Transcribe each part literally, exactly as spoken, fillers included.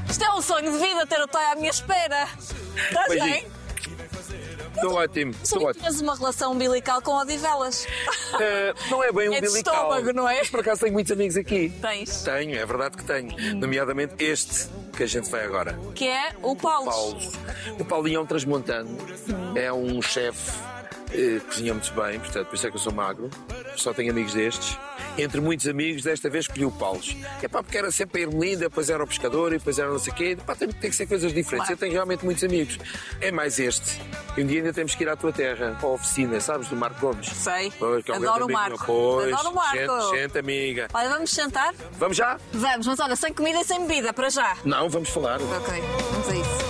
Isto é um sonho de vida ter o Toy à minha espera. Estás bem? Estou ótimo, estou ótimo. Tens uma relação umbilical com Odivelas. Uh, não é bem É de umbilical. estômago, não é? Mas por acaso tenho muitos amigos aqui. Tens? Tenho, é verdade que tenho. Hum. Nomeadamente este que a gente vai agora. Que é o Paulo. Paulo. O Paulinho é um transmontano. Hum. É um chefe, eh, cozinha muito bem, portanto, por isso é que eu sou magro. Só tenho amigos destes. Entre muitos amigos, desta vez escolhi o Paulo. É pá, porque era sempre a Ermelinda, depois era o pescador e depois era não sei o quê. Pá, tem, tem que ser coisas diferentes. Claro. Eu tenho realmente muitos amigos. É mais este. E um dia ainda temos que ir à tua terra, para a oficina, sabes, do Marco Gomes. Sei. Pois, que é um Adoro grande o amigo Marco. meu. Pois, Adoro o Marco. Gente, gente, amiga. Olha, vamos sentar? Vamos já? Vamos, mas olha, sem comida e sem bebida, para já. Não, vamos falar. Ok, vamos a isso.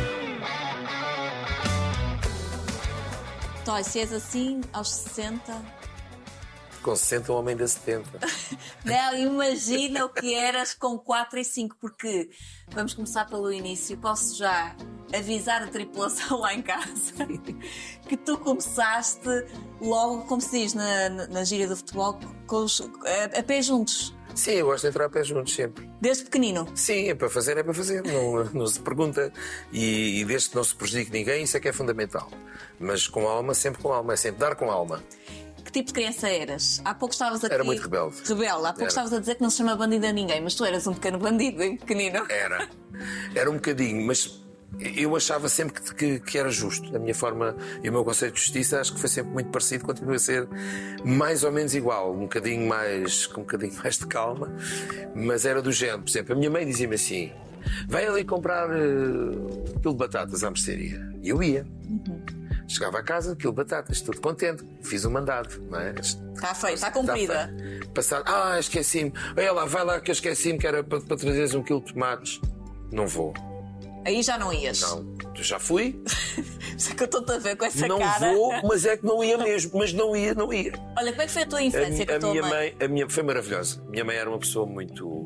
Toy, se és assim, aos sessenta... Com sessenta, um homem de setenta. Não, imagina o que eras com quatro e cinco, porque vamos começar pelo início. Posso já avisar a tripulação lá em casa que tu começaste logo, como se diz na, na, na gíria do futebol, com os, a, a pé juntos. Sim, eu gosto de entrar a pé juntos sempre. Desde pequenino? Sim, é para fazer, é para fazer. Não, não se pergunta. E, e desde que não se prejudique ninguém, isso é que é fundamental. Mas com alma, sempre com alma. É sempre dar com alma. Que tipo de criança eras? Há pouco estavas aqui... Era muito rebelde. Rebelde. Há pouco Era. estavas a dizer que não se chama bandido a ninguém, mas tu eras um pequeno bandido, hein, pequenino. Era. Era um bocadinho, mas eu achava sempre que, que, que era justo. A minha forma e o meu conceito de justiça acho que foi sempre muito parecido, continua a ser mais ou menos igual, um bocadinho mais, com um bocadinho mais de calma, mas era do género. Por exemplo, a minha mãe dizia-me assim: vai ali comprar uh, um quilo de batatas à mercearia. E eu ia. Uhum. Chegava a casa, quilo de batatas, tudo contente. Fiz o mandado, não é? Está feito, está cumprida. Está Passado, ah, esqueci-me. Olha lá, vai lá que eu esqueci-me que era para, para trazeres um quilo de tomates. Não vou. Aí já não ias? Não. Eu já fui. Isso é que eu estou-te a ver com essa não cara. Não vou, mas é que não ia mesmo. Mas não ia, não ia. Olha, como é que foi a tua infância a, com a a tua minha mãe? mãe? A minha foi maravilhosa. A minha mãe era uma pessoa muito...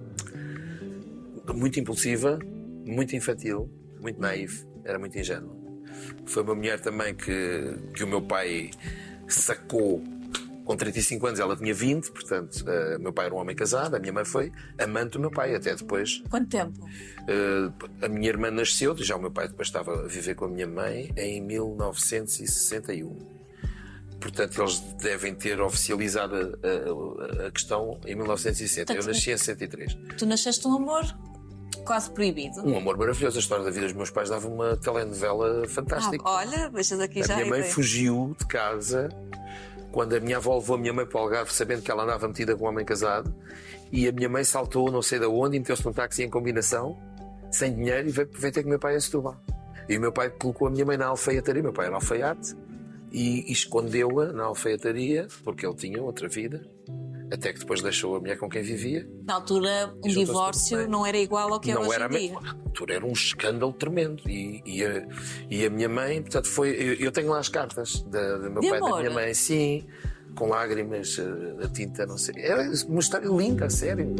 muito impulsiva, muito infantil, muito naif. Era muito ingênua. Foi uma mulher também que, que o meu pai sacou com trinta e cinco anos, ela tinha vinte, portanto, uh, meu pai era um homem casado, a minha mãe foi amante do meu pai, até depois. Quanto tempo? Uh, a minha irmã nasceu, já o meu pai depois estava a viver com a minha mãe, em mil novecentos e sessenta e um. Portanto, eles devem ter oficializado a, a, a questão em mil novecentos e sessenta. Portanto, eu nasci em sessenta e três. Tu nasceste um amor quase proibido. Um amor maravilhoso. A história da vida dos meus pais dava uma telenovela fantástica. Ah, olha, deixas aqui a já minha mãe ideia. fugiu de casa quando a minha avó levou a minha mãe para o Algarve, sabendo que ela andava metida com um homem casado, e a minha mãe saltou não sei de onde e meteu-se num táxi em combinação, sem dinheiro, e veio, veio ter com o meu pai a Setúbal. E o meu pai colocou a minha mãe na alfaiataria, meu pai era alfaiate, e, e escondeu-a na alfaiataria, porque ele tinha outra vida, até que depois deixou a mulher com quem vivia. Na altura, um divórcio não era igual ao que é não hoje era em dia. Na altura era um escândalo tremendo. E, e, a, e a minha mãe, portanto, foi. Eu, eu tenho lá as cartas da, do meu De pai e amor? da minha mãe, sim, com lágrimas, a tinta, não sei. Era uma história linda, a sério.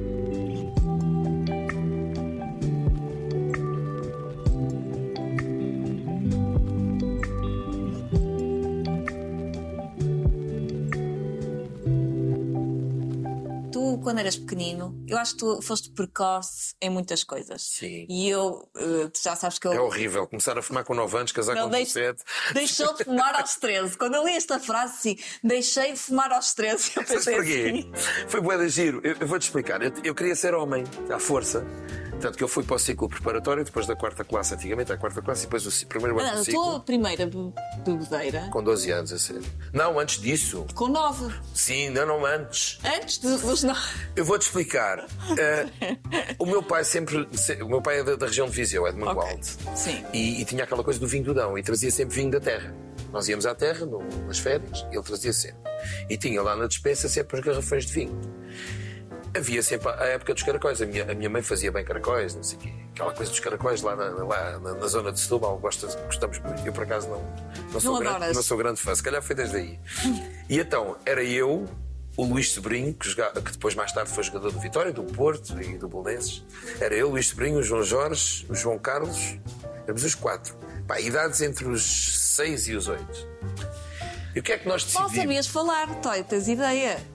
Quando eras pequenino, eu acho que tu foste precoce em muitas coisas. Sim. E eu, uh, tu já sabes que eu... É horrível. Começar a fumar com nove anos, casar Não, com deixe... dezessete. Deixou de fumar aos treze. Quando eu li esta frase, sim, deixei de fumar aos treze. Eu Sabes pensei porquê? assim... Foi bué de giro. Eu, eu vou-te explicar. Eu, eu queria ser homem, à força. Tanto que eu fui para o ciclo preparatório, depois da quarta classe, antigamente a quarta classe, e depois o primeiro ano Ah, do a ciclo. tua primeira be- bebedeira? Com doze anos, a sério. Não, antes disso. Com nove. Sim, não, não, antes. Antes de- dos nove. Eu vou-te explicar. Uh, o meu pai sempre... se- O meu pai é da, da região de Viseu, é de Mangualde. Ok. Sim. E, e tinha aquela coisa do vinho do Dão, e trazia sempre vinho da terra. Nós íamos à terra, no, nas férias, e ele trazia sempre. E tinha lá na despensa sempre os garrafões de vinho. Havia sempre a época dos caracóis. A minha, a minha mãe fazia bem caracóis, não sei o quê. Aquela coisa dos caracóis lá na, lá na, na zona de Setúbal, gosta, gostamos muito. Eu, por acaso, não, não, sou Não grande, adoras? não sou grande fã. Se calhar foi desde aí. E então, era eu, o Luís Sobrinho, que, jogava, que depois mais tarde foi jogador do Vitória, do Porto e do Belenenses. Era eu, o Luís Sobrinho, o João Jorge, o João Carlos. Éramos os quatro. Pá, idades entre os seis e os oito. E o que é que nós Mal decidimos? sabias falar, Toy, tens ideia?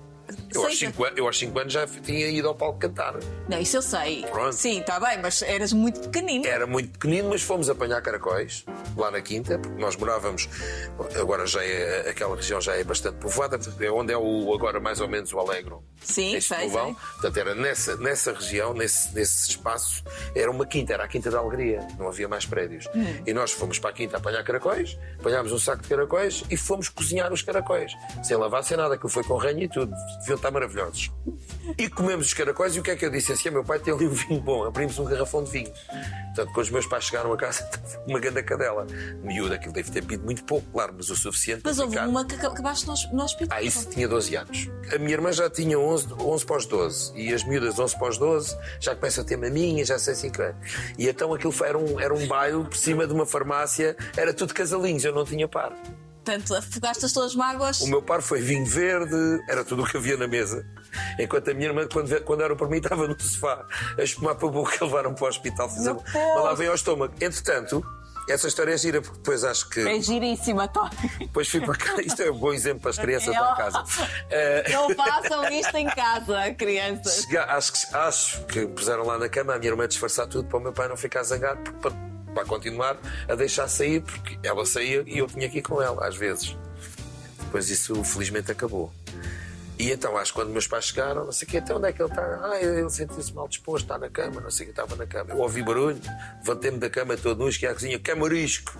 Eu aos, cinco, eu aos cinco anos já tinha ido ao palco cantar. Não, isso eu sei. Pronto. Sim, está bem, mas eras muito pequenino. Era muito pequenino, mas fomos apanhar caracóis lá na Quinta, porque nós morávamos. Agora já é, aquela região já é bastante povoada, é onde é o, agora mais ou menos o Alegro. Sim, sei, sei. Portanto, era nessa, nessa região, nesse, nesse espaço, era uma quinta, era a Quinta da Alegria, não havia mais prédios. Hum. E nós fomos para a quinta apanhar caracóis, apanhámos um saco de caracóis e fomos cozinhar os caracóis. Sem lavar, sem nada, aquilo foi com ranho e tudo. Deviam estar maravilhosos. E comemos os caracóis e o que é que eu disse? Assim, meu pai tem ali um vinho bom, abrimos um garrafão de vinho. Portanto, quando os meus pais chegaram a casa, uma grande cadela. Miúda, aquilo deve ter pedido muito pouco, claro, mas o suficiente. Mas para houve ficar. uma que acabaste no, no hospital. Ah, isso tinha doze anos. A minha irmã já tinha onze, onze para os doze. E as miúdas onze para os doze já começam a ter maminha, já sei cinco anos. E então aquilo era um, era um baile por cima de uma farmácia, era tudo casalinhos, eu não tinha par. Portanto, afogaste as tuas mágoas. O meu par foi vinho verde, era tudo o que havia na mesa. Enquanto a minha irmã, quando, quando era por mim, estava no sofá a espumar para a boca, levaram para o hospital, fizeram uma lavem ao estômago. Entretanto, essa história é gira, porque depois acho que. É giríssima, Tony. Depois fui para casa. Isto é um bom exemplo para as crianças para casa. Não façam isto em casa, crianças. Chega, acho, que, acho que puseram lá na cama a minha irmã a disfarçar tudo para o meu pai não ficar zangado, para, para continuar a deixar sair, porque ela saía e eu tinha que ir com ela, às vezes. Depois isso felizmente acabou. E então, acho que quando meus pais chegaram, não sei o quê, até onde é que ele está? Ah, ele sentiu-se mal disposto, está na cama, não sei o que, estava na cama. Eu ouvi barulho, levantei-me da cama todo nu, cheguei à cozinha, que é morisco.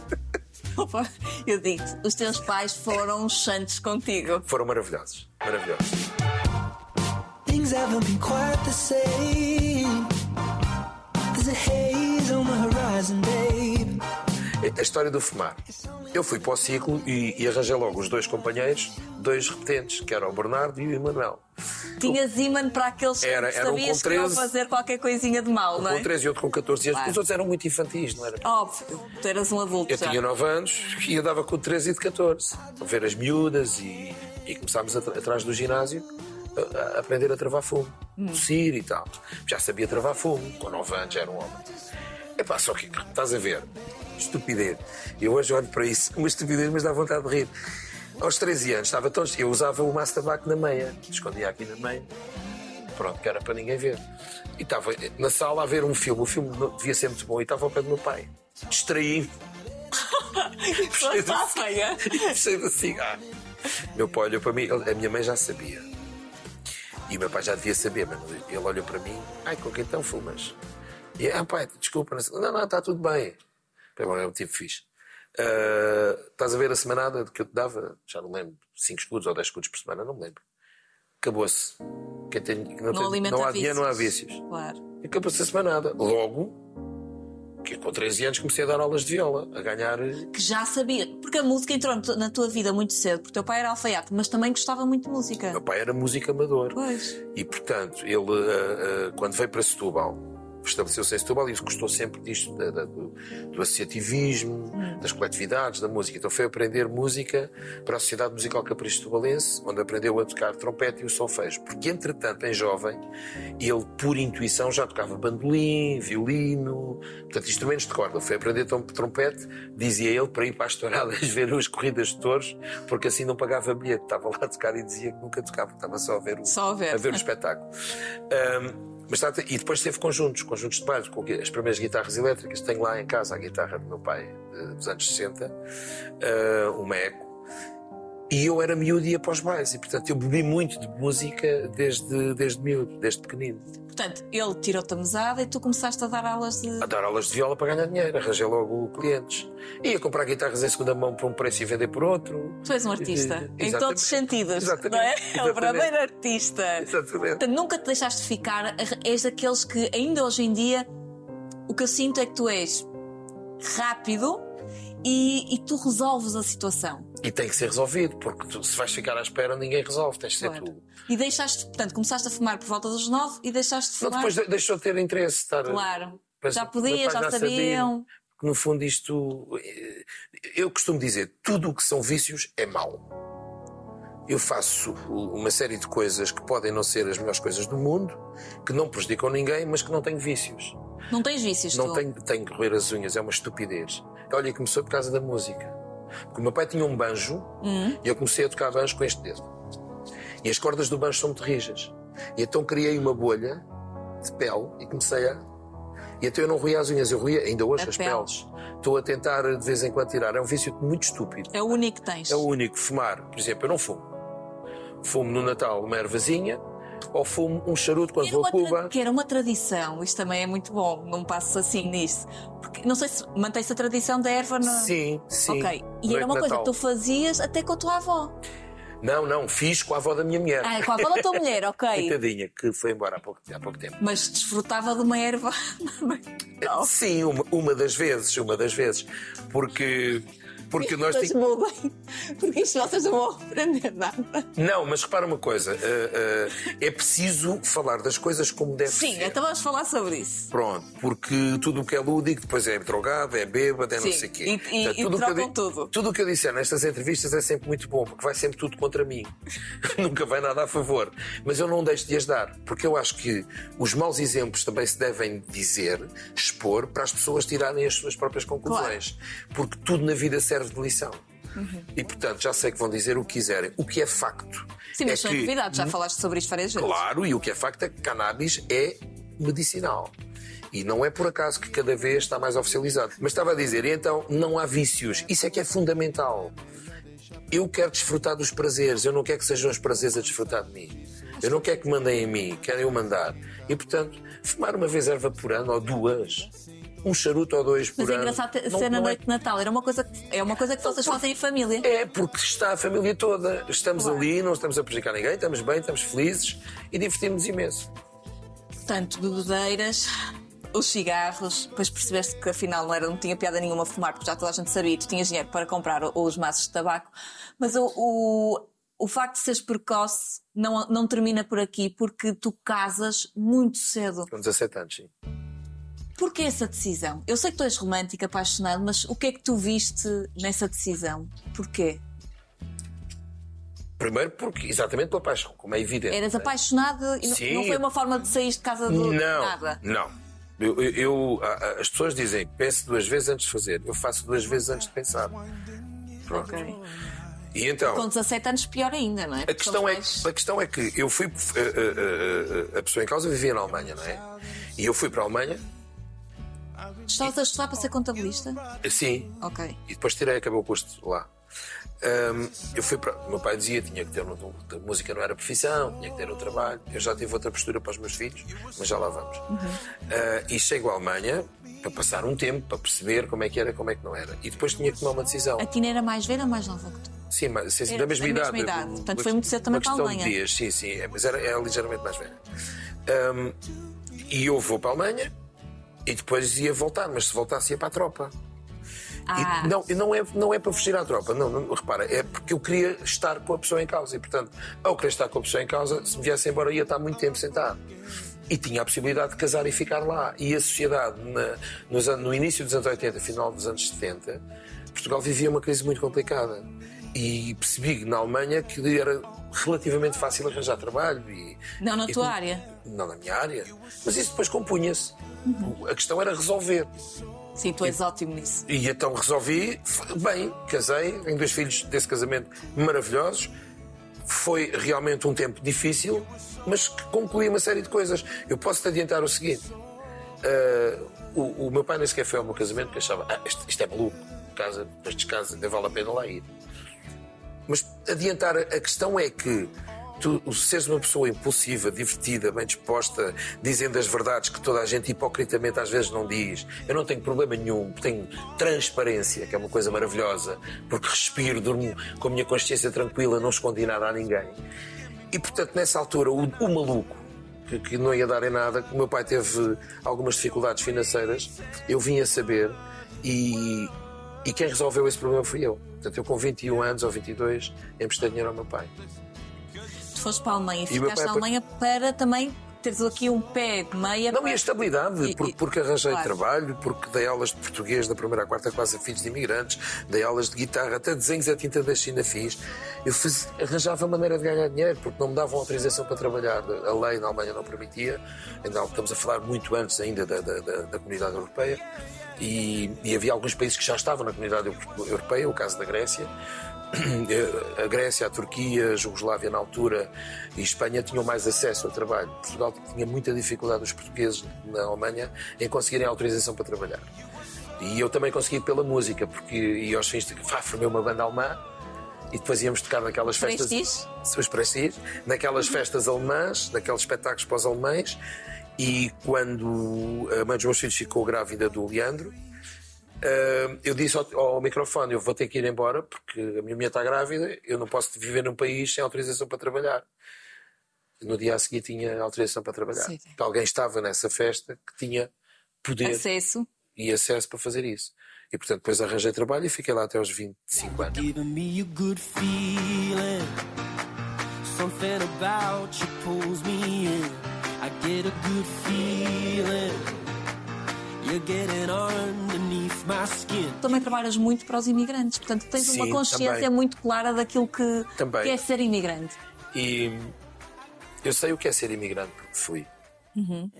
Eu digo, os teus pais foram uns santos contigo. Foram maravilhosos, maravilhosos. Things haven't been quite the same. There's a haze on the horizon, babe. A história do fumar. Eu fui para o ciclo e, e arranjei logo os dois companheiros, dois repetentes, que eram o Bernardo e o Emanuel. Tinhas ímã para aqueles era, que era sabias um que iam treze, fazer qualquer coisinha de mal, um não é? com treze e outro com catorze anos. Claro. Os outros eram muito infantis, não era? Óbvio, tu eras um adulto Eu já. tinha nove anos e eu dava com treze e de catorze. A ver as miúdas e, e começámos a, atrás do ginásio a, a aprender a travar fumo. Hum. Tossir e tal. Já sabia travar fumo. Com nove anos já era um homem. Epá, só que estás a ver? Estupidez. Eu hoje olho para isso, uma estupidez, mas dá vontade de rir. Aos treze anos estava tão. Eu usava o maço de tabaco na meia, escondia aqui na meia, pronto, que era para ninguém ver. E estava na sala a ver um filme, o filme devia ser muito bom, e estava ao pé do meu pai. Distraí-me. Cheio de, cheio de cigarro. Meu pai olhou para mim, a minha mãe já sabia. E o meu pai já devia saber, mas ele olhou para mim, ai, com quem então fumas? E ah, pai, desculpa, não, não, está tudo bem. Agora é um tipo fixe. Uh, estás a ver a semanada que eu te dava? Já não lembro. cinco escudos ou dez escudos por semana, não me lembro. Acabou-se. Quem tem, não, não, tem, não há dinheiro, não há vícios. Claro. Acabou-se a semanada. Logo, que com treze anos comecei a dar aulas de viola, a ganhar. Que já sabia. Porque a música entrou na tua vida muito cedo, porque o teu pai era alfaiate, mas também gostava muito de música. Meu pai era músico amador. Pois. E portanto, ele, uh, uh, quando veio para Setúbal, estabeleceu-se em Setúbal e gostou sempre disto, da, da, do, do associativismo, hum. das coletividades, da música. Então foi aprender música para a Sociedade Musical Capricho Setubalense, onde aprendeu a tocar trompete e o solfejo. Porque, entretanto, em jovem, ele, por intuição, já tocava bandolim, violino, portanto, instrumentos de corda. Foi aprender trompete, dizia ele, para ir para as touradas ver as corridas de touros, porque assim não pagava bilhete. Estava lá a tocar e dizia que nunca tocava, estava só a ver o, só a ver. A ver o espetáculo. Um, Mas, e depois teve conjuntos, conjuntos de baile, com as primeiras guitarras elétricas. Tenho lá em casa a guitarra do meu pai dos anos sessenta, uh, uma Eco, e eu era miúdo e ia para os bailes, e portanto eu bebi muito de música desde, desde miúdo, desde pequenino. Portanto, ele tirou-te a mesada e tu começaste a dar aulas de... A dar aulas de viola para ganhar dinheiro, arranjei logo clientes. Ia comprar guitarras em segunda mão por um preço e vender por outro. Tu és um artista, e, em todos os sentidos, exatamente, não é? exatamente. É o verdadeiro artista. Exatamente. Portanto, nunca te deixaste ficar, és daqueles que ainda hoje em dia, o que eu sinto é que tu és rápido e, e tu resolves a situação. E tem que ser resolvido, porque tu, se vais ficar à espera, ninguém resolve, tens de ser claro. tu. E deixaste, portanto, começaste a fumar por volta dos nove e deixaste de fumar. Não, depois deixou de ter interesse. Estar, claro. Mas, já podias, já, já sabiam. Sabia, porque no fundo isto... Eu costumo dizer, tudo o que são vícios é mau. Eu faço uma série de coisas que podem não ser as melhores coisas do mundo, que não prejudicam ninguém, mas que não têm vícios. Não tens vícios, Não tu? tenho, tenho que roer as unhas, é uma estupidez. Olha, começou por causa da música. Porque o meu pai tinha um banjo hum. e eu comecei a tocar banjo com este dedo. E as cordas do banjo são muito rijas. E então criei uma bolha de pele e comecei a... E até eu não roía as unhas, eu roía ainda hoje A as pele. peles. Estou a tentar de vez em quando tirar. É um vício muito estúpido. É o único que tens. É o único. Fumar, por exemplo, eu não fumo. Fumo no Natal uma ervazinha ou fumo um charuto quando Era vou a uma tra- Cuba. Que era uma tradição, isto também é muito bom, não passo assim nisso. Porque não sei se mantém-se a tradição da erva no... Sim, sim. Ok. E Noite era uma de coisa Natal. que tu fazias até com a tua avó. Não, não, fiz com a avó da minha mulher. Ah, com a avó da tua mulher, ok. Coitadinha, que foi embora há pouco, há pouco tempo. Mas desfrutava de uma erva. Não. Sim, uma, uma das vezes, uma das vezes. Porque, porque nós Mas tínhamos... mudem, porque isto vocês não vão aprender nada. Não, mas repara uma coisa, uh, uh, é preciso falar das coisas como deve Sim, ser. então vamos falar sobre isso. Pronto, porque tudo o que é lúdico depois é drogado, é bêbado, é não Sim, sei o quê. e- e- Portanto, e tudo o que eu trocam di- tudo. Tudo o que eu disser nestas entrevistas é sempre muito bom, porque vai sempre tudo contra mim. Nunca vai nada a favor. Mas eu não deixo de as dar, porque eu acho que os maus exemplos também se devem dizer, expor, para as pessoas tirarem as suas próprias conclusões. Porque tudo na vida serve de lição. Uhum. E portanto já sei que vão dizer o que quiserem. O que é facto Sim, mas é são que, novidades, já falaste sobre isto várias vezes. claro, e o que é facto é que cannabis é medicinal. E não é por acaso que cada vez está mais oficializado. Mas estava a dizer, e então não há vícios. Isso é que é fundamental. Eu quero desfrutar dos prazeres, eu não quero que sejam os prazeres a desfrutar de mim. Eu não quero que mandem em mim, quero eu mandar. E portanto, fumar uma vez erva por ano ou duas, um charuto ou dois por Mas é ano. engraçado ter- não- ser na não é- noite de Natal. Era uma coisa, que- é uma coisa que vocês fazem em família. É, porque está a família toda. Estamos Claro. ali, não estamos a prejudicar ninguém, estamos bem, estamos felizes e divertimos imenso. Portanto, bebedeiras, os cigarros, depois percebeste que afinal não, era, não tinha piada nenhuma fumar, porque já toda a gente sabia, tu tinhas dinheiro para comprar o- os maços de tabaco. Mas o, o, o facto de seres precoce não, não termina por aqui, porque tu casas muito cedo. Com dezassete anos, sim. Porquê essa decisão? Eu sei que tu és romântico, apaixonado, mas o que é que tu viste nessa decisão? Porquê? Primeiro porque, exatamente pela paixão, como é evidente. Eras né? apaixonado e não- Sim. não foi uma forma de sair de casa do Não, nada? não. Eu, eu- eu- a- a- as pessoas dizem que pense duas vezes antes de fazer. Eu faço duas vezes antes de pensar. Pronto. Ok. E então, Com dezassete anos pior ainda, não é? a Porque questão, são é, pais- a questão é que eu fui. A, a- a- a pessoa em causa vivia na Alemanha, não é? E eu fui para a Alemanha, Estavas a estudar para ser contabilista? sim, Ok. e depois tirei, acabei o curso lá. Ahm, eu fui para. O meu pai dizia que tinha que ter. um- A música não era profissão, tinha que ter um trabalho. Eu já tive outra postura para os meus filhos, mas já lá vamos. Ah, e chego à Alemanha para passar um tempo, para perceber como é que era, como é que não era. E depois tinha que tomar uma decisão. A Tina era mais velha ou mais nova que tu? Sim, mas sim, sim, Era da mesma da idade. mesma idade. Uma- Portanto, foi muito cedo também uma para a questão de Alemanha. dias, sim, sim. é, Mas era, era ligeiramente mais velha. Ahm, e eu vou para a Alemanha e depois ia voltar, mas se voltasse ia para a tropa. Ah, E não, e não, é, não é para fugir à tropa, não, não, repara, é porque eu queria estar com a pessoa em causa e, portanto, ao querer estar com a pessoa em causa, se me viesse embora ia estar muito tempo sentado. E tinha a possibilidade de casar e ficar lá. E a sociedade, na, nos an- no início dos anos oitenta, final dos anos setenta, Portugal vivia uma crise muito complicada. E percebi na Alemanha que era relativamente fácil arranjar trabalho. E, não na e tua com- área. Não na minha área. Mas isso depois compunha-se. A questão era resolver. Sim, tu és ótimo nisso. E então resolvi, f- bem, casei, tenho dois filhos desse casamento maravilhosos. Foi realmente um tempo difícil, mas que concluí uma série de coisas. Eu posso-te adiantar o seguinte: ah, o, o meu pai nem sequer foi ao meu casamento porque achava, ah, isto, isto é maluco, casa, depois descasa, nem vale a pena lá ir. Mas adiantar, a questão é que tu seres uma pessoa impulsiva, divertida, bem disposta, dizendo as verdades que toda a gente hipocritamente às vezes não diz. Eu não tenho problema nenhum, tenho transparência, que é uma coisa maravilhosa, porque respiro, durmo com a minha consciência tranquila, não escondi nada a ninguém. E portanto, nessa altura, o, o maluco, que, que não ia dar em nada, que o meu pai teve algumas dificuldades financeiras, eu vim a saber e, e quem resolveu esse problema fui eu. Portanto, eu com vinte e um anos ou vinte e dois emprestei dinheiro ao meu pai. Tu foste para a Alemanha e E o meu ficaste pai- na Alemanha para também teres aqui um pé de meia. Não, e a estabilidade, E- porque, e- porque arranjei claro. trabalho, porque dei aulas de português da primeira à quarta classe a filhos de imigrantes, dei aulas de guitarra, até desenhos a tinta da China fiz. Eu fiz, arranjava maneira de ganhar dinheiro, porque não me davam autorização para trabalhar. A lei na Alemanha não permitia, ainda estamos a falar muito antes ainda da, da, da, da Comunidade Europeia, e, e havia alguns países que já estavam na Comunidade Europeia, o caso da Grécia. A Grécia, a Turquia, a Jugoslávia na altura e Espanha tinham mais acesso ao trabalho. Portugal tinha muita dificuldade, os portugueses na Alemanha, em conseguirem autorização para trabalhar. E eu também consegui pela música, porque e aos fins de ah, formei uma banda alemã e depois íamos tocar naquelas festas. Prestige? Os Prestige, naquelas festas alemãs, naqueles espetáculos para os alemães. E quando a mãe dos meus filhos ficou grávida do Leandro, Uh, eu disse ao, ao microfone, eu vou ter que ir embora porque a minha mulher está grávida, eu não posso viver num país sem autorização para trabalhar. No dia a seguir tinha autorização para trabalhar. Sim. Então, alguém estava nessa festa que tinha poder Acesso. e acesso para fazer isso. E portanto depois arranjei trabalho e fiquei lá até aos vinte e cinco anos. Giving me a good feeling. Something about you pulls me in. I get a good feeling. You're getting underneath my skin. Também trabalhas muito para os imigrantes, portanto tens Sim, uma consciência também. muito clara daquilo que, Também. que é ser imigrante. E eu sei o que é ser imigrante porque fui. Uhum.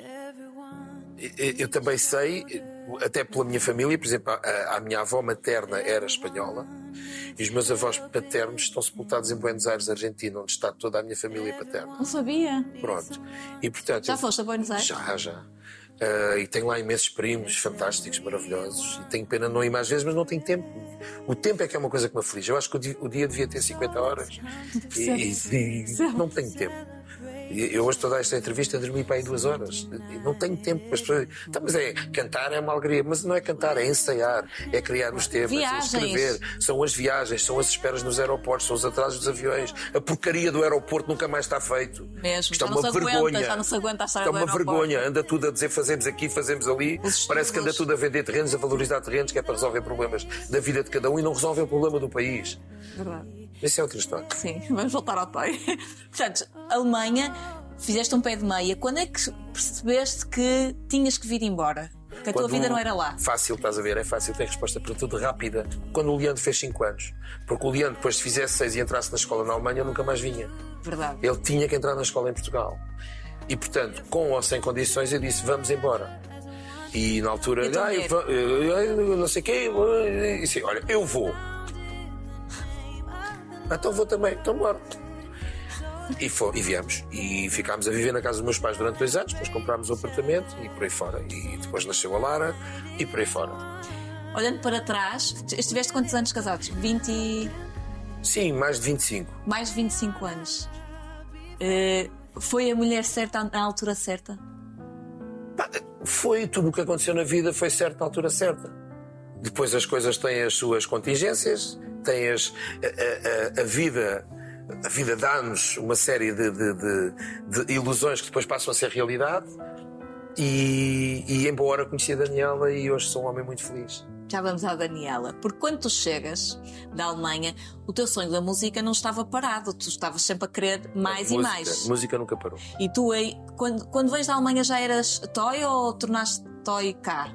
Eu, eu também sei, até pela minha família, por exemplo, a, a minha avó materna era espanhola e os meus avós paternos estão sepultados em Buenos Aires, Argentina, onde está toda a minha família paterna. Não sabia. Pronto. E, portanto, Já eu- foste a Buenos Aires? Já, já. Uh, e tenho lá imensos primos fantásticos, maravilhosos. E tenho pena de não ir mais vezes, mas não tenho tempo. O tempo é que é uma coisa que me aflige. Eu acho que o dia, o dia devia ter cinquenta horas. E, e- e não tenho tempo. E eu hoje toda esta entrevista dormi para aí duas horas. E não tenho tempo para as pessoas. Tá, mas é cantar é uma alegria, mas não é cantar, é ensaiar, é criar os temas, Viagens. é escrever. São as viagens, são as esperas nos aeroportos, são os atrasos dos aviões. A porcaria do aeroporto nunca mais está feito. Mesmo, Isto é já uma não se vergonha. aguenta, já não se aguenta a história Isto é do uma aeroporto. vergonha. Anda tudo a dizer fazemos aqui, fazemos ali. Os Parece que anda estímulos. tudo a vender terrenos, a valorizar terrenos, que é para resolver problemas da vida de cada um e não resolve o problema do país. Verdade. Isso é outra história. Sim, vamos voltar ao toy. Portanto, Alemanha, fizeste um pé de meia. Quando é que percebeste que tinhas que vir embora? Que a tua Quando- vida não era lá? Fácil, estás a ver, é fácil, tem resposta para tudo rápida. Quando o Leandro fez cinco anos. Porque o Leandro, depois de fizesse seis e entrasse na escola na Alemanha, nunca mais vinha. Verdade. Ele tinha que entrar na escola em Portugal. E, portanto, com ou sem condições, eu disse, vamos embora. E na altura, E a tua ah, eu, mulher? vou- eu- eu- eu não sei o quê, eu- e disse, olha, eu vou. "Ah, então vou também, então bora. E, foi, e viemos. E ficámos a viver na casa dos meus pais durante dois anos, depois comprámos um apartamento e por aí fora. E depois nasceu a Lara e por aí fora. Olhando para trás, estiveste quantos anos casados? vinte e... Sim, mais de vinte e cinco. Mais de vinte e cinco anos. Eh, foi a mulher certa na altura certa? Pá, foi tudo o que aconteceu na vida, foi certo na altura certa. Depois as coisas têm as suas contingências, têm as, a, a- a vida, a vida dá-nos uma série de, de- de- de ilusões que depois passam a ser realidade. E, e embora conheci a Daniela e hoje sou um homem muito feliz. Já vamos à Daniela. Porque quando tu chegas da Alemanha, o teu sonho da música não estava parado. Tu estavas sempre a querer mais música, e mais. música nunca parou. E tu aí, quando, quando vens da Alemanha já eras toy ou tornaste toy cá?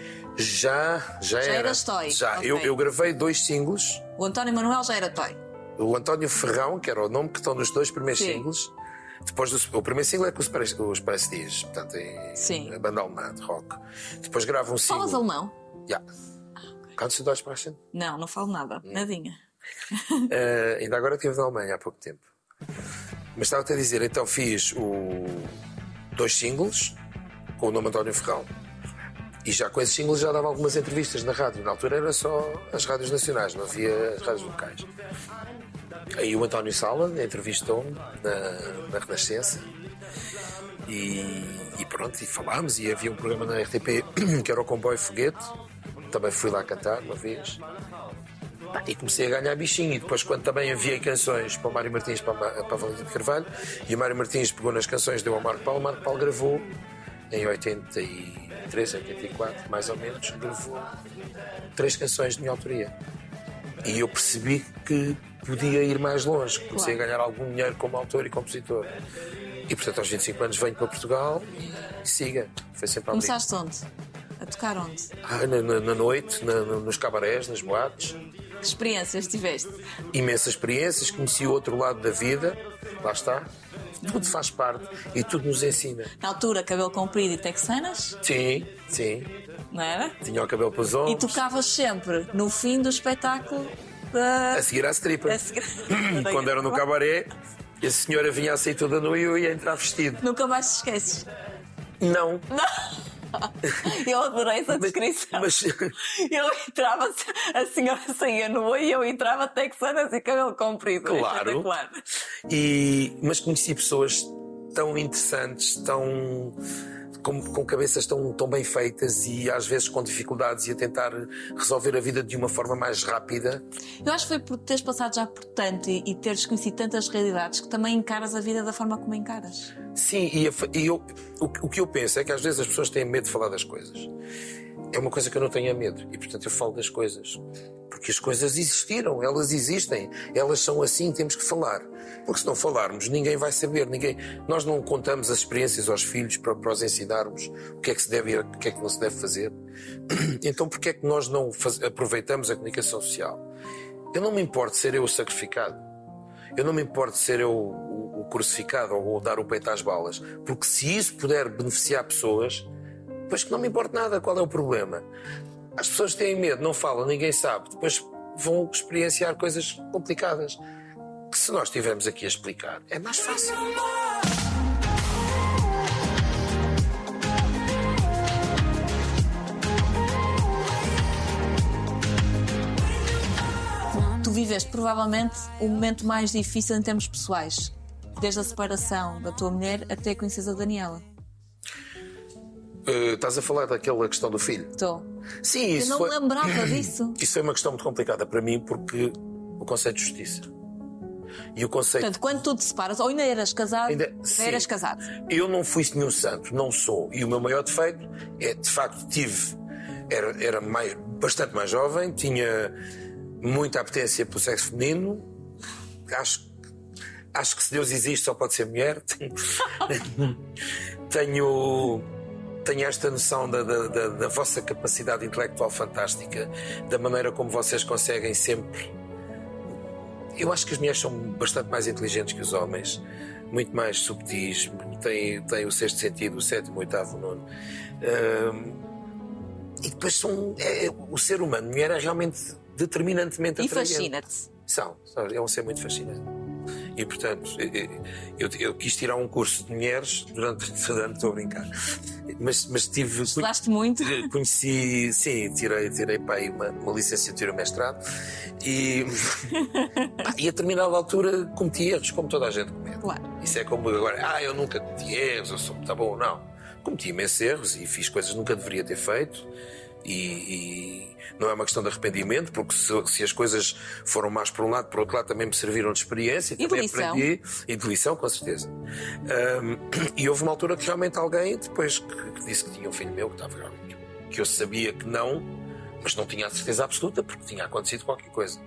Já, já, era. eras toy, Já. ok. Eu, eu gravei dois singles. O António Manuel já era toy. O António Ferrão, que era o nome que estão nos dois primeiros Sim. singles. Depois do, o primeiro single é com os, Pres- os Prestige, portanto, é Sim. a banda alemã de rock. Depois grava um single. Falas alemão? Ja. Kannst du Deutsch sprechen? Não, não falo nada. Nadinha. Uh, ainda agora estive na Alemanha há pouco tempo. Mas estava-te a dizer, então fiz o... dois singles com o nome António Ferrão. E já com esses singles já dava algumas entrevistas na rádio. Na altura era só as rádios nacionais, não havia as rádios locais. Aí o António Sala entrevistou-me na, na Renascença e, e pronto, e falámos. E havia um programa na R T P que era o Comboio Foguete, também fui lá cantar uma vez. Pá, e comecei a ganhar bichinho. E depois, quando também enviei canções para o Mário Martins, para, a- para a Valentim de Carvalho, e o Mário Martins pegou nas canções, deu ao Marco Paulo, o Marco Paulo gravou em oitenta e três, oitenta e quatro, mais ou menos, gravou três canções de minha autoria. E eu percebi que podia ir mais longe. Comecei Claro. a ganhar algum dinheiro como autor e compositor. E portanto aos vinte e cinco anos venho para Portugal e siga. Foi sempre ali. Começaste onde? A tocar onde? Ah, na, na, na noite, na, nos cabarés, nas boates. Que experiências tiveste? Imensas experiências, conheci o outro lado da vida. Lá está. Tudo faz parte e tudo nos ensina. Na altura, cabelo comprido e texanas? Sim, sim. Não era? Tinha o cabelo para os ombros. E tocavas sempre no fim do espetáculo da... A seguir à stripper. A seguir... Quando era no cabaré, a senhora vinha a sair toda nua e eu ia entrar vestido. Nunca mais te esqueces? Não. Não. Eu adorei essa descrição. Mas, mas... Eu entrava, a senhora saía nua e eu entrava texanas e cabelo comprido. Claro. E, mas conheci pessoas tão interessantes, tão... Com, com cabeças tão, tão bem feitas e às vezes com dificuldades e a tentar resolver a vida de uma forma mais rápida. Eu acho que foi por teres passado já por tanto e, e teres conhecido tantas realidades que também encaras a vida da forma como encaras. Sim, e, a, e eu, o, o que eu penso é que às vezes as pessoas têm medo de falar das coisas. É uma coisa que eu não tenho medo e portanto eu falo das coisas. Porque as coisas existiram, elas existem, elas são assim, temos que falar. Porque se não falarmos, ninguém vai saber, ninguém... Nós não contamos as experiências aos filhos para, para os ensinarmos o que é que se deve e o que é que não se deve fazer. Então porquê é que nós não faz... aproveitamos a comunicação social? Eu não me importo ser eu o sacrificado. Eu não me importo ser eu o, o crucificado ou, ou dar o peito às balas. Porque se isso puder beneficiar pessoas, pois que não me importa nada, qual é o problema? As pessoas têm medo, não falam, ninguém sabe. Depois vão experienciar coisas complicadas. Que se nós estivermos aqui a explicar, é mais fácil. Tu viveste provavelmente o momento mais difícil em termos pessoais. Desde a separação da tua mulher até conheces a Daniela. Uh, estás a falar daquela questão do filho? Estou. Sim, isso Eu não foi... me lembrava disso. Isso foi uma questão muito complicada para mim porque o conceito de justiça. E o conceito... Portanto, quando tu te separas, ou ainda eras casado, Ainda... já eras casado. Eu não fui nenhum santo, não sou. E o meu maior defeito é, de facto, tive... Era, era mais, bastante mais jovem, tinha muita apetência pelo sexo feminino. Acho, acho que se Deus existe só pode ser mulher. Tenho... Tenho esta noção da, da, da, da vossa capacidade intelectual fantástica, da maneira como vocês conseguem sempre... Eu acho que as mulheres são bastante mais inteligentes que os homens, muito mais subtis, têm, têm o sexto sentido, o sétimo, o oitavo, o nono. Um, e depois são... É, o ser humano, mulher, é realmente determinantemente atraente. E fascina-te. São, é um ser muito fascinante. E, portanto, eu, eu quis tirar um curso de mulheres durante o ano, estou a brincar. Mas, mas tive... Estudaste muito? Conheci, sim, tirei, tirei para aí uma, uma licenciatura, um mestrado. E, pá, e a determinada altura cometi erros, como toda a gente comete. Claro. Isso é como agora, ah, eu nunca cometi erros, eu sou muito bom. Não. Cometi imensos erros e fiz coisas que nunca deveria ter feito. E, e não é uma questão de arrependimento, porque se, se as coisas foram más por um lado, por outro lado também me serviram de experiência e, e também de lição. aprendi, e de lição, com certeza. Um, e houve uma altura que realmente alguém, depois que, que disse que tinha um filho meu, que, estava, que eu sabia que não, mas não tinha a certeza absoluta, porque tinha acontecido qualquer coisa.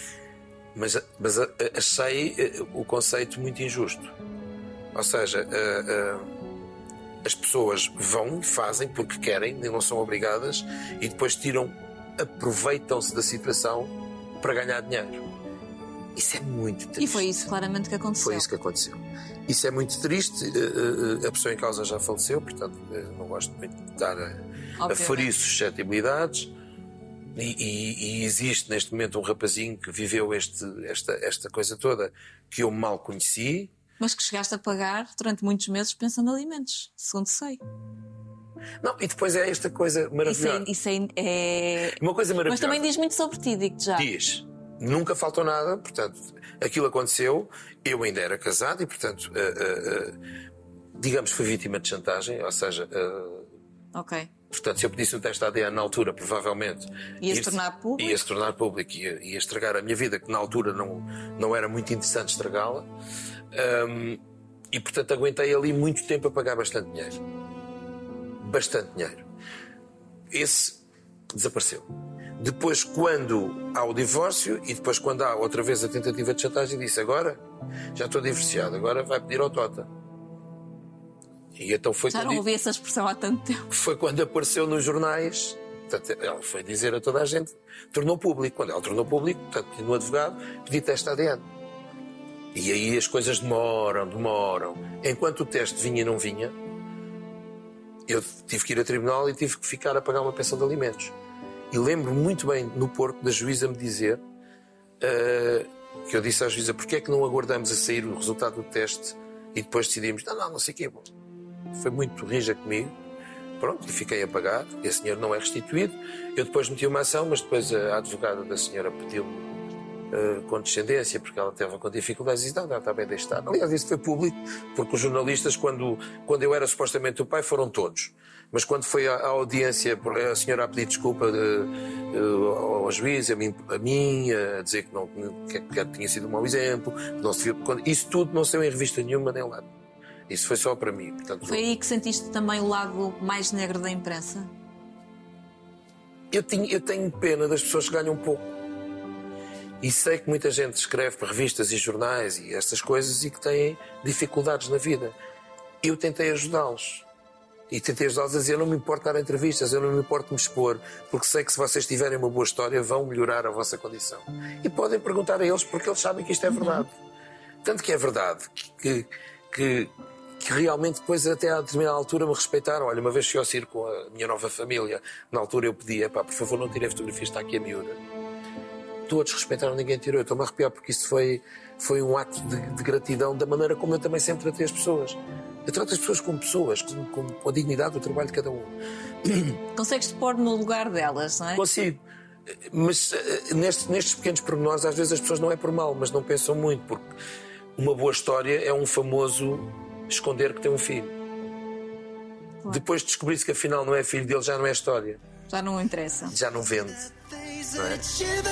Mas, mas achei o conceito muito injusto. Ou seja, uh, uh, as pessoas vão e fazem porque querem, nem não são obrigadas, e depois tiram, aproveitam-se da situação para ganhar dinheiro. Isso é muito triste. E foi isso claramente que aconteceu. Foi isso que aconteceu. Isso é muito triste. A pessoa em causa já faleceu, portanto não gosto muito de dar a, a ferir suscetibilidades. E, e, e existe neste momento um rapazinho que viveu este, esta, esta coisa toda que eu mal conheci. Mas que chegaste a pagar durante muitos meses pensando em alimentos, segundo sei. Não, e depois é esta coisa maravilhosa. Isso é, isso é, é... Uma coisa maravilhosa. Mas também diz muito sobre ti, digo-te já. Diz. Nunca faltou nada, portanto, aquilo aconteceu, eu ainda era casado e, portanto, uh, uh, uh, digamos, fui vítima de chantagem, ou seja... Uh, ok. Portanto, se eu pedisse um teste A D N na altura, provavelmente... Ia-se tornar público? Ia-se tornar público, ia, ia estragar a minha vida, que na altura não, não era muito interessante estragá-la. Um, e, portanto, aguentei ali muito tempo a pagar bastante dinheiro. Bastante dinheiro. Esse desapareceu. Depois, quando há o divórcio e depois quando há outra vez a tentativa de chantagem, disse agora já estou divorciado, agora vai pedir ao Tota. E então foi Já quando, não ouvi essa expressão há tanto tempo. foi quando apareceu nos jornais. Portanto, ela foi dizer a toda a gente, tornou público. Quando ela tornou público, portanto, no advogado, pedi teste A D N. E aí as coisas demoram, demoram. Enquanto o teste vinha e não vinha, eu tive que ir a tribunal e tive que ficar a pagar uma pensão de alimentos. E lembro muito bem, no Porto, da juíza me dizer, uh, que eu disse à juíza, porque é que não aguardamos a sair o resultado do teste e depois decidimos, não, não, não sei o quê. Bom, foi muito rija comigo. Pronto, e fiquei a pagar, esse dinheiro não é restituído. Eu depois meti uma ação, mas depois a advogada da senhora pediu-me uh, condescendência, porque ela estava com dificuldades e disse, não, não, está bem, deixa estar. Aliás, isso foi público, porque os jornalistas, quando, quando eu era supostamente o pai, foram todos. Mas quando foi à, à audiência, a senhora a pedir desculpa de, uh, ao juiz, a mim, a, mim, a dizer que, não, que, que tinha sido um mau exemplo, não se viu, quando, isso tudo não saiu em revista nenhuma, nem lá. Isso foi só para mim. Portanto, foi aí que sentiste também o lado mais negro da imprensa? Eu, tinha, eu tenho pena das pessoas que ganham pouco. E sei que muita gente escreve para revistas e jornais e estas coisas e que têm dificuldades na vida. Eu tentei ajudá-los. E tentei ajudá-los a dizer, eu não me importo dar entrevistas, eu não me importo me expor, porque sei que se vocês tiverem uma boa história vão melhorar a vossa condição. E podem perguntar a eles, porque eles sabem que isto é verdade. Uhum. Tanto que é verdade que... que que realmente depois até a determinada altura me respeitaram. Olha, uma vez fui ao circo com a minha nova família, na altura eu pedi, pá, por favor não tirem fotografias, está aqui a miúda. Todos respeitaram, ninguém tirou. Eu estou-me a arrepiar porque isso foi, foi um ato de, de gratidão da maneira como eu também sempre tratei as pessoas. Eu trato as pessoas como pessoas, com, com, com a dignidade do trabalho de cada um. Consegues-te pôr no lugar delas, não é? Consigo. Mas nestes, nestes pequenos pormenores, às vezes as pessoas não é por mal, mas não pensam muito, porque uma boa história é um famoso esconder que tem um filho. Claro. Depois de descobrir-se que afinal não é filho dele, já não é história. Já não interessa. Já não vende. Não é?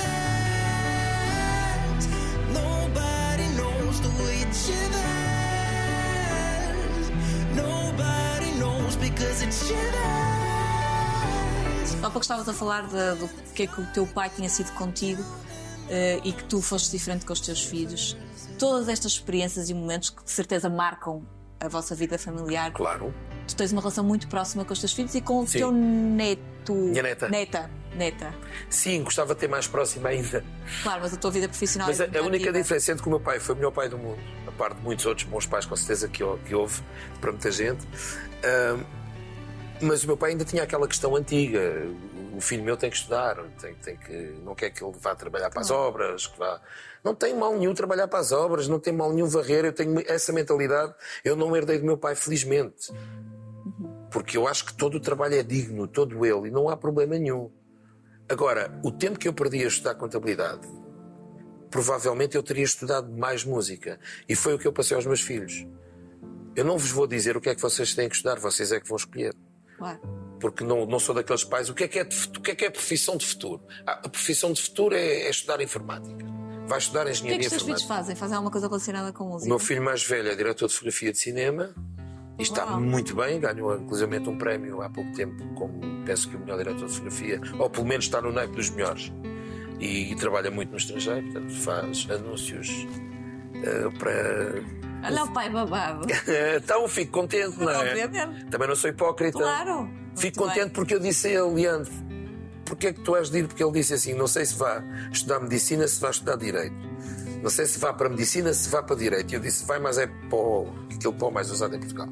Há pouco estavas a falar de, do que é que o teu pai tinha sido contigo uh, e que tu foste diferente com os teus filhos. Todas estas experiências e momentos que de certeza marcam a vossa vida familiar. Claro. Tu tens uma relação muito próxima com os teus filhos e com o Sim. teu neto. Minha neta. Neta. Neta. Sim, gostava de ter mais próxima ainda. Claro, mas a tua vida profissional mas é a, a única ativa. diferença entre que o meu pai foi o melhor pai do mundo, a parte de muitos outros bons pais, com certeza que, que houve para muita gente. Uh, mas o meu pai ainda tinha aquela questão antiga. O filho meu tem que estudar, tem, tem que, não quer que ele vá trabalhar para as obras. Que vá... Não tem mal nenhum trabalhar para as obras, não tem mal nenhum varrer. Eu tenho essa mentalidade. Eu não herdei do meu pai, felizmente. Porque eu acho que todo o trabalho é digno, todo ele, e não há problema nenhum. Agora, o tempo que eu perdi a estudar contabilidade, provavelmente eu teria estudado mais música. E foi o que eu passei aos meus filhos. Eu não vos vou dizer o que é que vocês têm que estudar, vocês é que vão escolher. Claro. Porque não, não sou daqueles pais. O que é que é, de, o que é, que é a profissão de futuro? A profissão de futuro é, é estudar informática. Vai estudar engenharia informática. O que é que os teus filhos fazem? Fazem alguma coisa relacionada com música? O meu filho mais velho é diretor de fotografia de cinema e está Uau. muito bem. Ganhou inclusive um prémio há pouco tempo, como penso que o melhor diretor de fotografia, ou pelo menos está no naipe dos melhores. E, e trabalha muito no estrangeiro, portanto faz anúncios uh, para... Olha o pai babado. Então fico contente, não é? Obviamente. Também não sou hipócrita. Claro. Fico contente bem. Porque eu disse a ele, Leandro, porque é que tu és de ir? Porque ele disse assim, não sei se vá estudar medicina, se vá estudar direito. Não sei se vá para medicina, se vá para direito. E eu disse, vai, mas é pó, aquele pó mais usado em Portugal.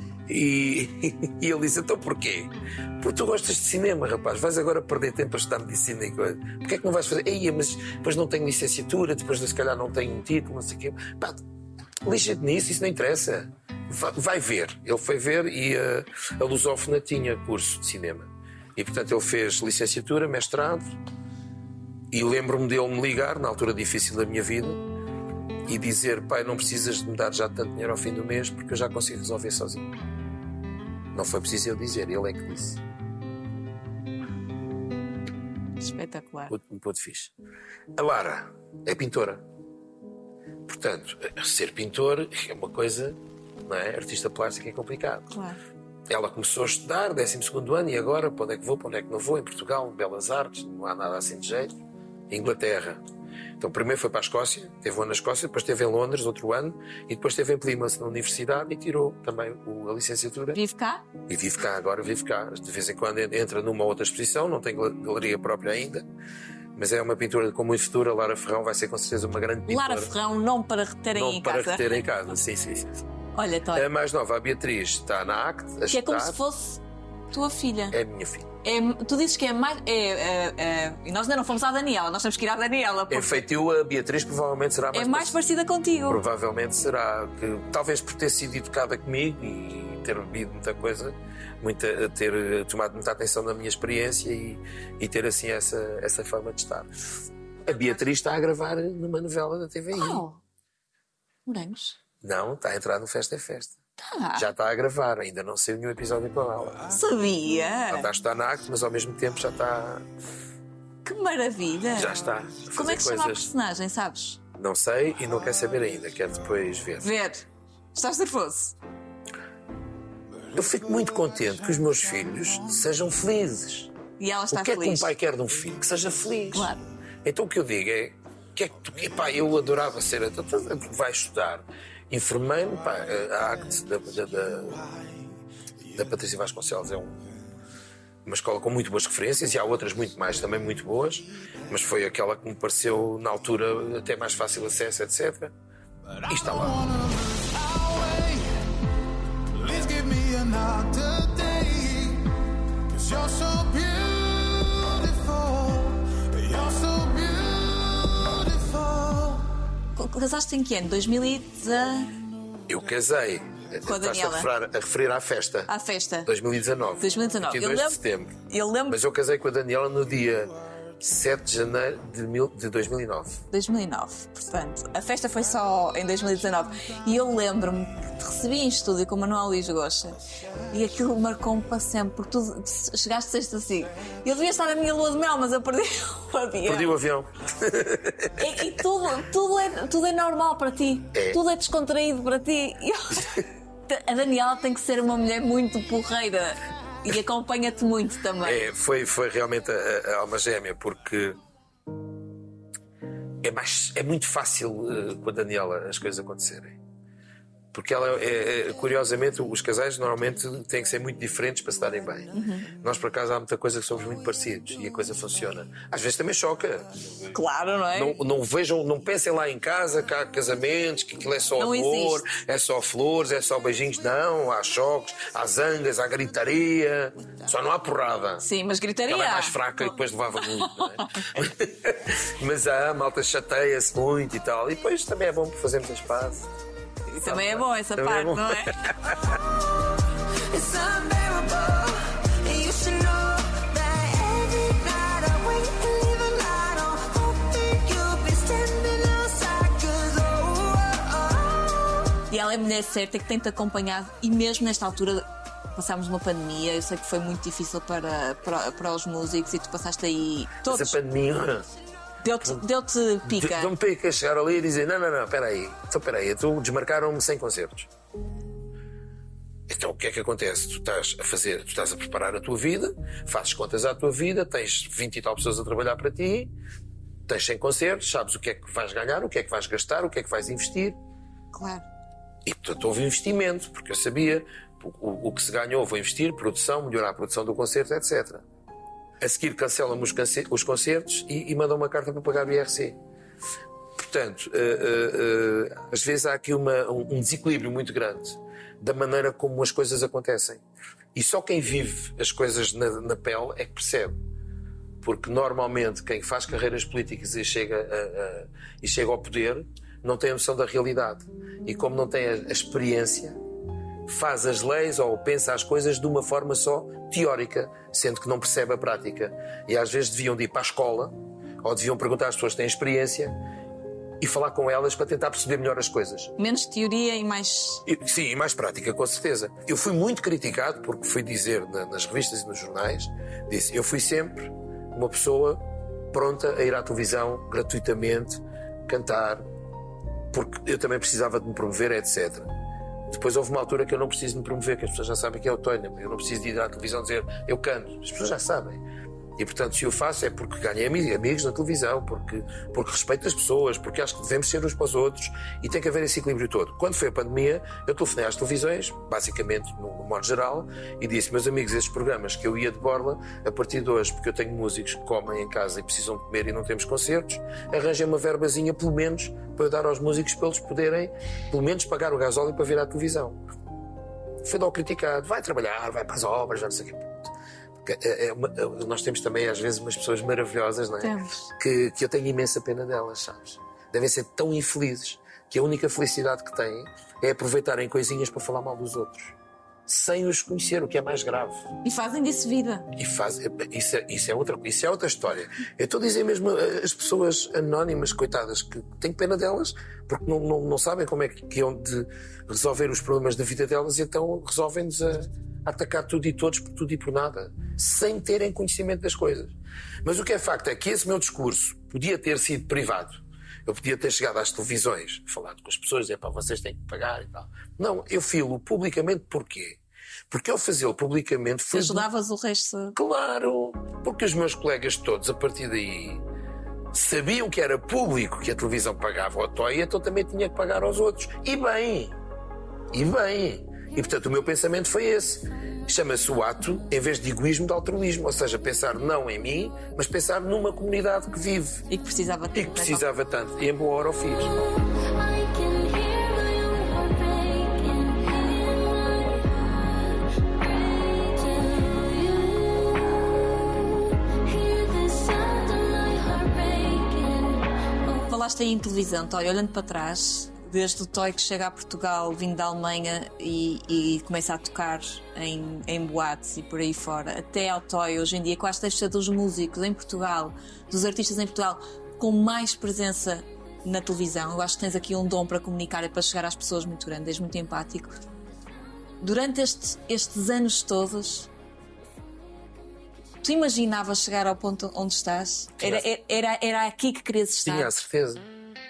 E, e ele disse, então porquê? Porque tu gostas de cinema, rapaz, vais agora perder tempo a estudar medicina e coisa. Porquê é que não vais fazer? Ei, mas depois não tenho licenciatura, depois se calhar não tenho um título, não sei o quê. Pá, lixa-te nisso, isso não interessa. Vai, vai ver. Ele foi ver e a, a Lusófona tinha curso de cinema. E portanto ele fez licenciatura, mestrado. E lembro-me dele me ligar, na altura difícil da minha vida, e dizer, pai, não precisas de me dar já tanto dinheiro ao fim do mês, porque eu já consigo resolver sozinho. Não foi preciso eu dizer, ele é que disse. Espetacular. Muito, muito fixe. A Lara é pintora. Portanto, ser pintor é uma coisa, não é? Artista plástico é complicado. Claro. Ela começou a estudar, décimo segundo ano, e agora, para onde é que vou, para onde é que não vou? Em Portugal, Belas Artes, não há nada assim de jeito. Inglaterra. Então primeiro foi para a Escócia, teve um ano na Escócia, depois esteve em Londres outro ano e depois esteve em Plymouth na universidade e tirou também o, a licenciatura. Vive cá? E vive cá, agora vive cá. De vez em quando entra numa outra exposição, não tem galeria própria ainda, mas é uma pintura com muito futuro. A Lara Ferrão vai ser com certeza uma grande pintora. Lara Ferrão, não para reterem não em para casa. reter em casa, sim, sim, sim. Olha, Tói. A mais nova, a Beatriz, está na ACT, a Que é como estudar. se fosse tua filha. É a minha filha. É, tu dizes que é mais. É, é, é, e nós ainda não fomos à Daniela, nós temos que ir à Daniela. Em feitio, a Beatriz provavelmente será mais É mais parecida contigo. Provavelmente será, que talvez por ter sido educada comigo e ter bebido muita coisa, muita, ter tomado muita atenção na minha experiência e, e ter assim essa, essa forma de estar. A Beatriz está a gravar numa novela da T V I. Oh, Morangos. Não, está a entrar no Festa é Festa. Tá. Já está a gravar, ainda não saiu nenhum episódio com ela. Sabia. Ela está a estudar na ACT, mas ao mesmo tempo já está. Que maravilha. Já está. A fazer Como é que se chama a coisas. personagem, sabes? Não sei e não quer saber ainda, quer depois ver. Ver. Estás nervoso? Eu fico muito contente que os meus filhos sejam felizes. E ela está O que é que um feliz. pai quer de um filho? Que seja feliz. Claro. Então o que eu digo é: que é que tu, epá, eu adorava ser. Vai estudar enfermeiro, pá, a ACT da, da, da, da Patrícia Vasconcelos é um, uma escola com muito boas referências e há outras muito mais, também muito boas, mas foi aquela que me pareceu na altura até mais fácil acesso, etcétera. E está lá. Casaste em que ano? dois mil e dezanove? Eu casei. Com a Estás-te Daniela. a referir, a referir à festa. À festa. dois mil e dezanove. dois mil e dezanove. vinte e Eu dois de lembro- setembro. Eu lembro. Mas eu casei com a Daniela no dia sete de janeiro de, mil, de dois mil e nove. dois mil e nove, portanto, a festa foi só em dois mil e dezanove. E eu lembro-me que te recebi em estúdio com o Manuel Luís Goxa e aquilo marcou-me para sempre, porque tu chegaste sexto assim. Eu devia estar na minha lua de mel, mas eu perdi o avião. Perdi o avião. E, e tudo, tudo, é, tudo é normal para ti, É. tudo é descontraído para ti. E eu- a Daniela tem que ser uma mulher muito porreira e acompanha-te muito também. É, foi, foi realmente a, a alma gêmea, porque é, mais, é muito fácil uh, com a Daniela as coisas acontecerem. Porque ela, é, é, curiosamente, os casais normalmente têm que ser muito diferentes para se darem bem. Uhum. Nós, por acaso, há muita coisa que somos muito parecidos e a coisa funciona. Às vezes também choca. Claro, não é? Não, não vejam, não pensem lá em casa que há casamentos, que aquilo é só Não amor, existe. é só flores, é só beijinhos. Não, há choques, há zangas, há gritaria. Só não há porrada. Sim, mas gritaria. Ela é mais fraca e depois levava muito, não é? Mas a malta chateia-se muito e tal. E depois também é bom porque fazemos as pazes. E também é bom essa Também é parte, bom. não é? It's unbearable, and you should know that every night I wait and leave a light on, hoping you'll be standing outside, 'cause oh, oh, oh. E ela é a mulher certa que tem-te acompanhado e mesmo nesta altura passámos uma pandemia, eu sei que foi muito difícil para, para, para os músicos e tu passaste aí todos. Essa pandemia. Deu-te deu-te pica. Deu-me pica chegar ali e dizer: não, não, não, espera aí. Então, espera aí, tu desmarcaram-me cem concertos. Então, o que é que acontece? Tu estás a fazer, tu estás a preparar a tua vida, fazes contas à tua vida, tens vinte e tal pessoas a trabalhar para ti, tens cem concertos, sabes o que é que vais ganhar, o que é que vais gastar, o que é que vais investir. Claro. E, portanto, houve investimento, porque eu sabia o, o, o que se ganhou, vou investir, produção, melhorar a produção do concerto, etcétera. A seguir cancelam-me os, cance- os concertos e, e mandam uma carta para pagar o I R C. Portanto, uh, uh, uh, às vezes há aqui uma, um, um desequilíbrio muito grande da maneira como as coisas acontecem. E só quem vive as coisas na, na pele é que percebe. Porque normalmente quem faz carreiras políticas e chega, a, a, e chega ao poder não tem a noção da realidade. E como não tem a, a experiência, faz as leis ou pensa as coisas de uma forma só teórica, sendo que não percebe a prática. E às vezes deviam de ir para a escola ou deviam perguntar às pessoas que têm experiência e falar com elas para tentar perceber melhor as coisas. Menos teoria e mais. E, sim, e mais prática, com certeza. Eu fui muito criticado porque fui dizer na, nas revistas e nos jornais, disse, eu fui sempre uma pessoa pronta a ir à televisão gratuitamente, cantar, porque eu também precisava de me promover, etcétera. Depois houve uma altura que eu não preciso de me promover, que as pessoas já sabem que é o Tonho. Eu não preciso de ir à televisão dizer eu canto. As pessoas já sabem. E, portanto, se o faço é porque ganhei amigos na televisão, porque, porque respeito as pessoas, porque acho que devemos ser uns para os outros e tem que haver esse equilíbrio todo. Quando foi a pandemia, eu telefonei às televisões, basicamente, no, no modo geral, e disse, meus amigos, estes programas que eu ia de borla, a partir de hoje, porque eu tenho músicos que comem em casa e precisam comer e não temos concertos, arranjem uma verbazinha, pelo menos, para eu dar aos músicos para eles poderem, pelo menos, pagar o gasóleo para vir à televisão. Foi logo criticado, vai trabalhar, vai para as obras, já não sei o quê. É uma, nós temos também às vezes umas pessoas maravilhosas, não é? Temos. Que, que eu tenho imensa pena delas, sabes? Devem ser tão infelizes que a única felicidade que têm é aproveitarem coisinhas para falar mal dos outros, sem os conhecer, o que é mais grave. E fazem disso vida. E faz, isso, é, isso, é outra, isso é outra história. Eu estou a dizer mesmo as pessoas anónimas, coitadas, que tenho pena delas, porque não, não, não sabem como é que iam de resolver os problemas da vida delas, e então resolvem-nos a atacar tudo e todos por tudo e por nada, sem terem conhecimento das coisas. Mas o que é facto é que esse meu discurso podia ter sido privado. Eu podia ter chegado às televisões, falado com as pessoas, dizer, pá, vocês têm que pagar e tal. Não, eu filo publicamente porquê? Porque ao fazê-lo publicamente... Foi... Ajudavas o resto... Claro, porque os meus colegas todos, a partir daí, sabiam que era público que a televisão pagava ao Toy, então também tinha que pagar aos outros. E bem, e bem... E, portanto, o meu pensamento foi esse. Chama-se o ato, em vez de egoísmo, de altruísmo. Ou seja, pensar não em mim, mas pensar numa comunidade que vive. E que precisava tanto. E que precisava tanto. E em boa hora o fiz. Falaste aí em televisão, Toy, olhando para trás... Desde o Toy que chega a Portugal, vindo da Alemanha e, e começa a tocar em, em boates e por aí fora, até ao Toy hoje em dia, quase tens de ser dos músicos em Portugal, dos artistas em Portugal, com mais presença na televisão. Eu acho que tens aqui um dom para comunicar e para chegar às pessoas muito grande, és muito empático. Durante este, estes anos todos, tu imaginavas chegar ao ponto onde estás? Era, era, era aqui que querias estar? Tinha a certeza.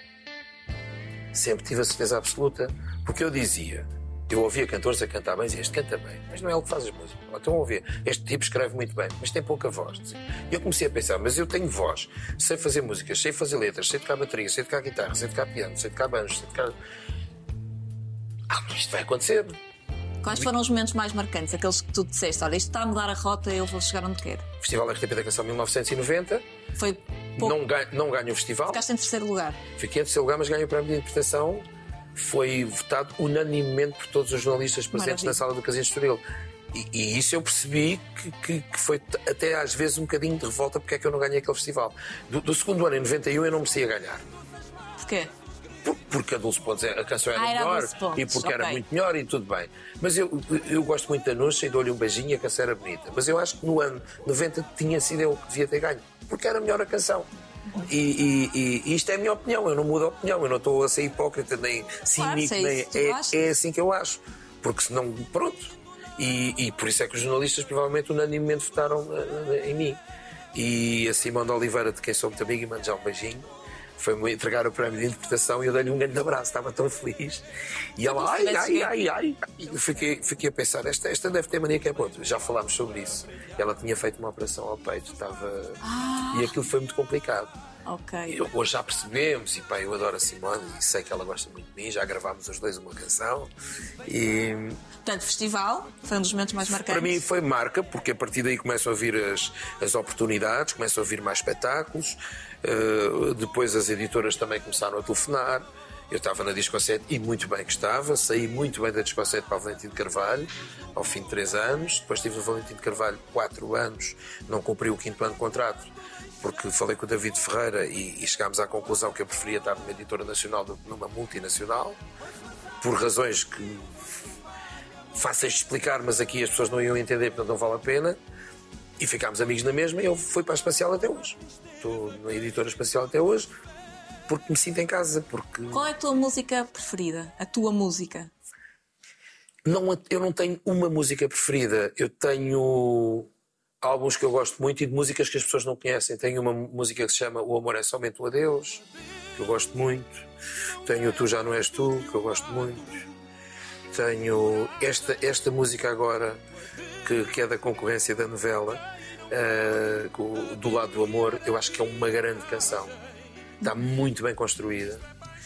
Sempre tive a certeza absoluta, porque eu dizia, eu ouvia cantores a cantar bem, dizia, este canta bem, mas não é ele que faz as músicas. Então eu ouvia, este tipo escreve muito bem, mas tem pouca voz. E eu comecei a pensar, mas eu tenho voz, sei fazer músicas, sei fazer letras, sei tocar bateria, sei tocar guitarra, sei tocar piano, sei tocar banjos, sei tocar... Ah, isto vai acontecer. Quais foram os momentos mais marcantes, aqueles que tu disseste, olha, isto está a mudar a rota, eu vou chegar onde quero? Festival R T P da Canção mil novecentos e noventa. Foi pouco. Não ganho, não ganho o festival. Ficaste em terceiro lugar. Fiquei em terceiro lugar, mas ganho o prémio de interpretação. Foi votado unanimemente por todos os jornalistas presentes Maravilha. Na sala do Casino de Estoril. E, e isso eu percebi que, que, que foi até às vezes um bocadinho de revolta porque é que eu não ganhei aquele festival. Do, do segundo ano, em noventa e um, eu não merecia ganhar. Porquê? Por, porque a Dulce Pontes, a canção era ah, melhor era e porque okay. era muito melhor e tudo bem. Mas eu, eu gosto muito da Nuxa e dou-lhe um beijinho e a canção era bonita. Mas eu acho que no ano noventa tinha sido eu que devia ter ganho. Porque era melhor a canção. E, e, e, e isto é a minha opinião, eu não mudo a opinião, eu não estou a ser hipócrita, nem cínico, claro, nem... É, é assim que eu acho. Porque senão, pronto. E, e por isso é que os jornalistas provavelmente unanimemente votaram em mim. E a Simão de Oliveira, de quem sou muito amigo, e mando já um beijinho, foi-me entregar o prémio de interpretação e eu dei-lhe um grande abraço, estava tão feliz. E ela, ai, ai, ai, ai. E eu fiquei, fiquei a pensar, esta, esta deve ter mania que é ponto. Já falámos sobre isso. Ela tinha feito uma operação ao peito, estava... Ah. E aquilo foi muito complicado. Ok. Eu, hoje já percebemos, e pá, eu adoro a Simone e sei que ela gosta muito de mim, já gravámos os dois uma canção. E... Portanto, festival foi um dos momentos mais marcantes. Para mim foi marca, porque a partir daí começam a vir as, as oportunidades, começam a vir mais espetáculos. Uh, depois as editoras também começaram a telefonar. Eu estava na Discossete e muito bem que estava, saí muito bem da Discossete para o Valentim de Carvalho ao fim de três anos, depois estive no Valentim de Carvalho quatro anos, não cumpri o quinto ano de contrato porque falei com o David Ferreira e, e chegámos à conclusão que eu preferia estar numa editora nacional do que numa multinacional, por razões que fáceis de explicar, mas aqui as pessoas não iam entender, portanto não vale a pena. E ficámos amigos na mesma e eu fui para a Espacial até hoje. Estou na editora Espacial até hoje porque me sinto em casa. Porque... Qual é a tua música preferida? A tua música? Não, eu não tenho uma música preferida. Eu tenho álbuns que eu gosto muito e de músicas que as pessoas não conhecem. Tenho uma música que se chama O Amor é Somente um Adeus, que eu gosto muito. Tenho Tu Já Não És Tu, que eu gosto muito. Tenho esta, esta música agora que, que é da concorrência da novela, uh, do lado do amor, eu acho que é uma grande canção. Está muito bem construída.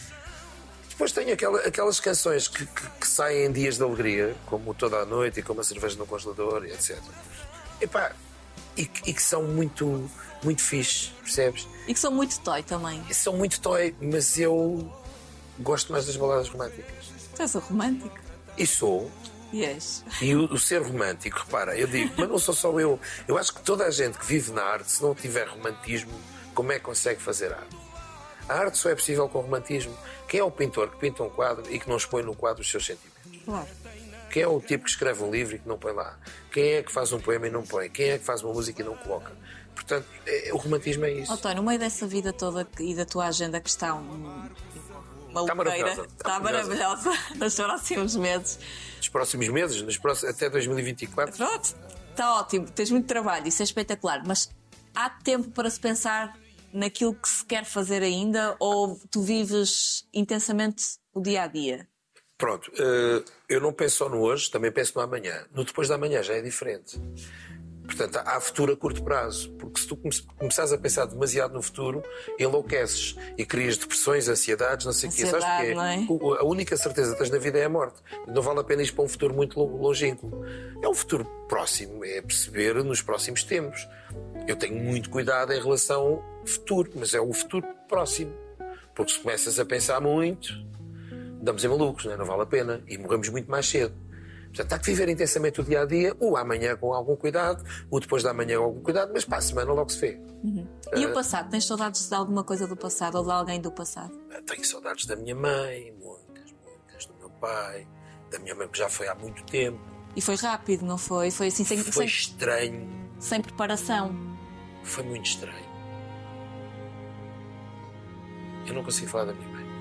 Depois tem aquela, aquelas canções que, que, que saem em dias de alegria, como Toda a Noite e como A Cerveja no Congelador, e etcétera. Epá, e, e que são muito, muito fixe, percebes? E que são muito toy também. E são muito toy, mas eu gosto mais das baladas românticas. Tu és o romântico. E sou. Yes. E o, o ser romântico, repara, eu digo, mas não sou só eu. Eu acho que toda a gente que vive na arte, se não tiver romantismo, como é que consegue fazer arte? A arte só é possível com romantismo. Quem é o pintor que pinta um quadro e que não expõe no quadro os seus sentimentos? Claro. Quem é o tipo que escreve um livro e que não põe lá? Quem é que faz um poema e não põe? Quem é que ffaz uma música e não coloca? Portanto, é, o romantismo é isso. Oh, Tony, no meio dessa vida toda e da tua agenda que está um, uma Está louqueira, maravilhosa. está, está maravilhosa, nos próximos meses. Nos próximos meses, nos próximos, até dois mil e vinte e quatro. Pronto, está ótimo, tens muito trabalho, isso é espetacular, mas há tempo para se pensar naquilo que se quer fazer ainda ou tu vives intensamente o dia a dia? Pronto, eu não penso só no hoje, também penso no amanhã. No depois da amanhã já é diferente. Portanto, há futuro a curto prazo, porque se tu começares a pensar demasiado no futuro, enlouqueces e crias depressões, ansiedades, não sei o quê. Sabes porquê? Não é? A única certeza que tens na vida é a morte. Não vale a pena ir para um futuro muito longínquo. É um futuro próximo, é perceber nos próximos tempos. Eu tenho muito cuidado em relação ao futuro, mas é o futuro próximo. Porque se começas a pensar muito, damos em malucos, não é? Não vale a pena. E morremos muito mais cedo. Portanto, há que viver intensamente o dia-a-dia, o amanhã com algum cuidado, o depois da manhã com algum cuidado, mas para a semana logo se vê. Uhum. E uh, o passado? Tens saudades de alguma coisa do passado ou de alguém do passado? Tenho saudades da minha mãe, muitas, muitas, do meu pai, da minha mãe que já foi há muito tempo. E foi rápido, não foi? Foi assim, sem, foi sem, estranho. Sem preparação. Foi muito estranho. Eu não consigo falar da minha mãe.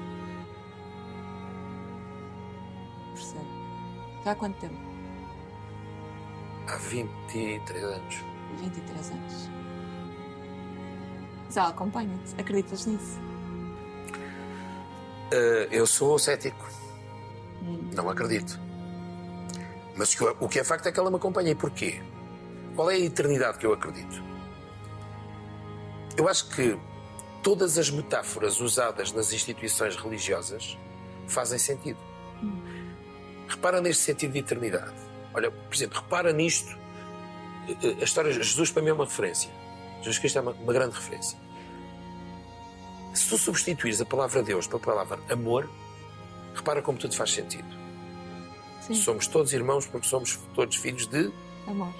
Percebo. Já há quanto tempo? Há vinte e três anos. vinte e três anos. Mas ela acompanha-te. Acreditas nisso? Uh, eu sou cético. Hum. Não acredito. Mas o que é facto é que ela me acompanha. E porquê? Qual é a eternidade que eu acredito? Eu acho que todas as metáforas usadas nas instituições religiosas fazem sentido. Hum. Repara neste sentido de eternidade. Olha, por exemplo, repara nisto. A história de Jesus para mim é uma referência. Jesus Cristo é uma, uma grande referência. Se tu substituires a palavra Deus pela palavra amor, repara como tudo faz sentido. Sim. Somos todos irmãos porque somos todos filhos de amor.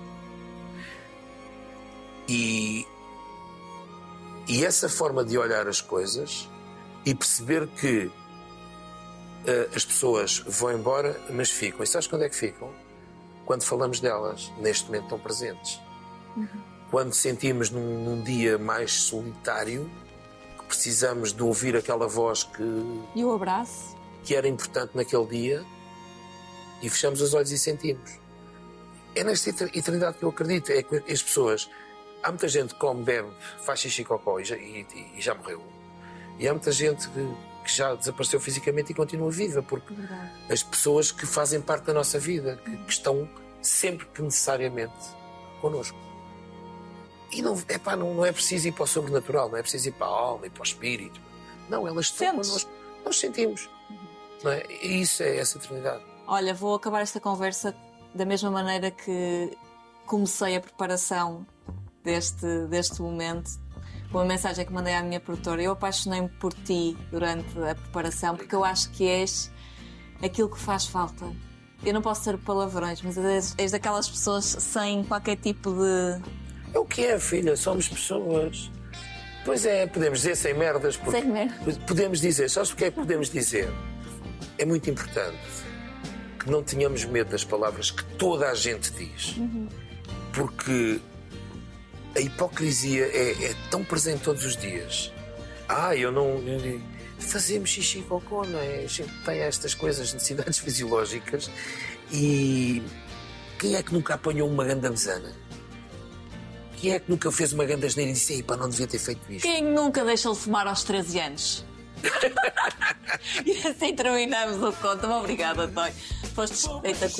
E, e essa forma de olhar as coisas e perceber que as pessoas vão embora, mas ficam. E sabes quando é que ficam? Quando falamos delas, neste momento estão presentes. Uhum. Quando sentimos num, num dia mais solitário, que precisamos de ouvir aquela voz que... E o abraço. Que era importante naquele dia, e fechamos os olhos e sentimos. É nesta eternidade que eu acredito. É que as pessoas... Há muita gente que come, bebe, faz xixi e cocó e já, e, e já morreu. E há muita gente que... que já desapareceu fisicamente e continua viva, porque Verdade. As pessoas que fazem parte da nossa vida, que, que estão sempre que necessariamente connosco. E não, epá, não, não é preciso ir para o sobrenatural, não é preciso ir para a alma e para o espírito. Não, elas estão Sentes. Connosco. Nós sentimos. Não é? E isso é essa eternidade. Olha, vou acabar esta conversa da mesma maneira que comecei a preparação deste, deste momento. Uma mensagem que mandei à minha produtora. Eu apaixonei-me por ti durante a preparação porque eu acho que és aquilo que faz falta. Eu não posso ter palavrões, mas és, és daquelas pessoas sem qualquer tipo de... É o que é, filha, somos pessoas. Pois é, podemos dizer sem merdas. Sem merdas. Podemos dizer, sabes porque é que podemos dizer? É muito importante que não tenhamos medo das palavras que toda a gente diz. Uhum. Porque... a hipocrisia é, é tão presente todos os dias. Ah, eu não... Eu, fazemos xixi e cocô, não é? A gente tem estas coisas, necessidades fisiológicas. E quem é que nunca apanhou uma ganda besana? Quem é que nunca fez uma ganda asneira e disse, ei, pá, não devia ter feito isto? Quem nunca deixou de fumar aos treze anos? E assim terminamos o conto. Obrigada, Toy. Foste espetacular.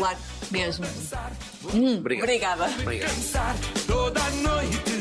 Mesmo. Hum, Obrigado. Obrigada. Obrigado. Toda noite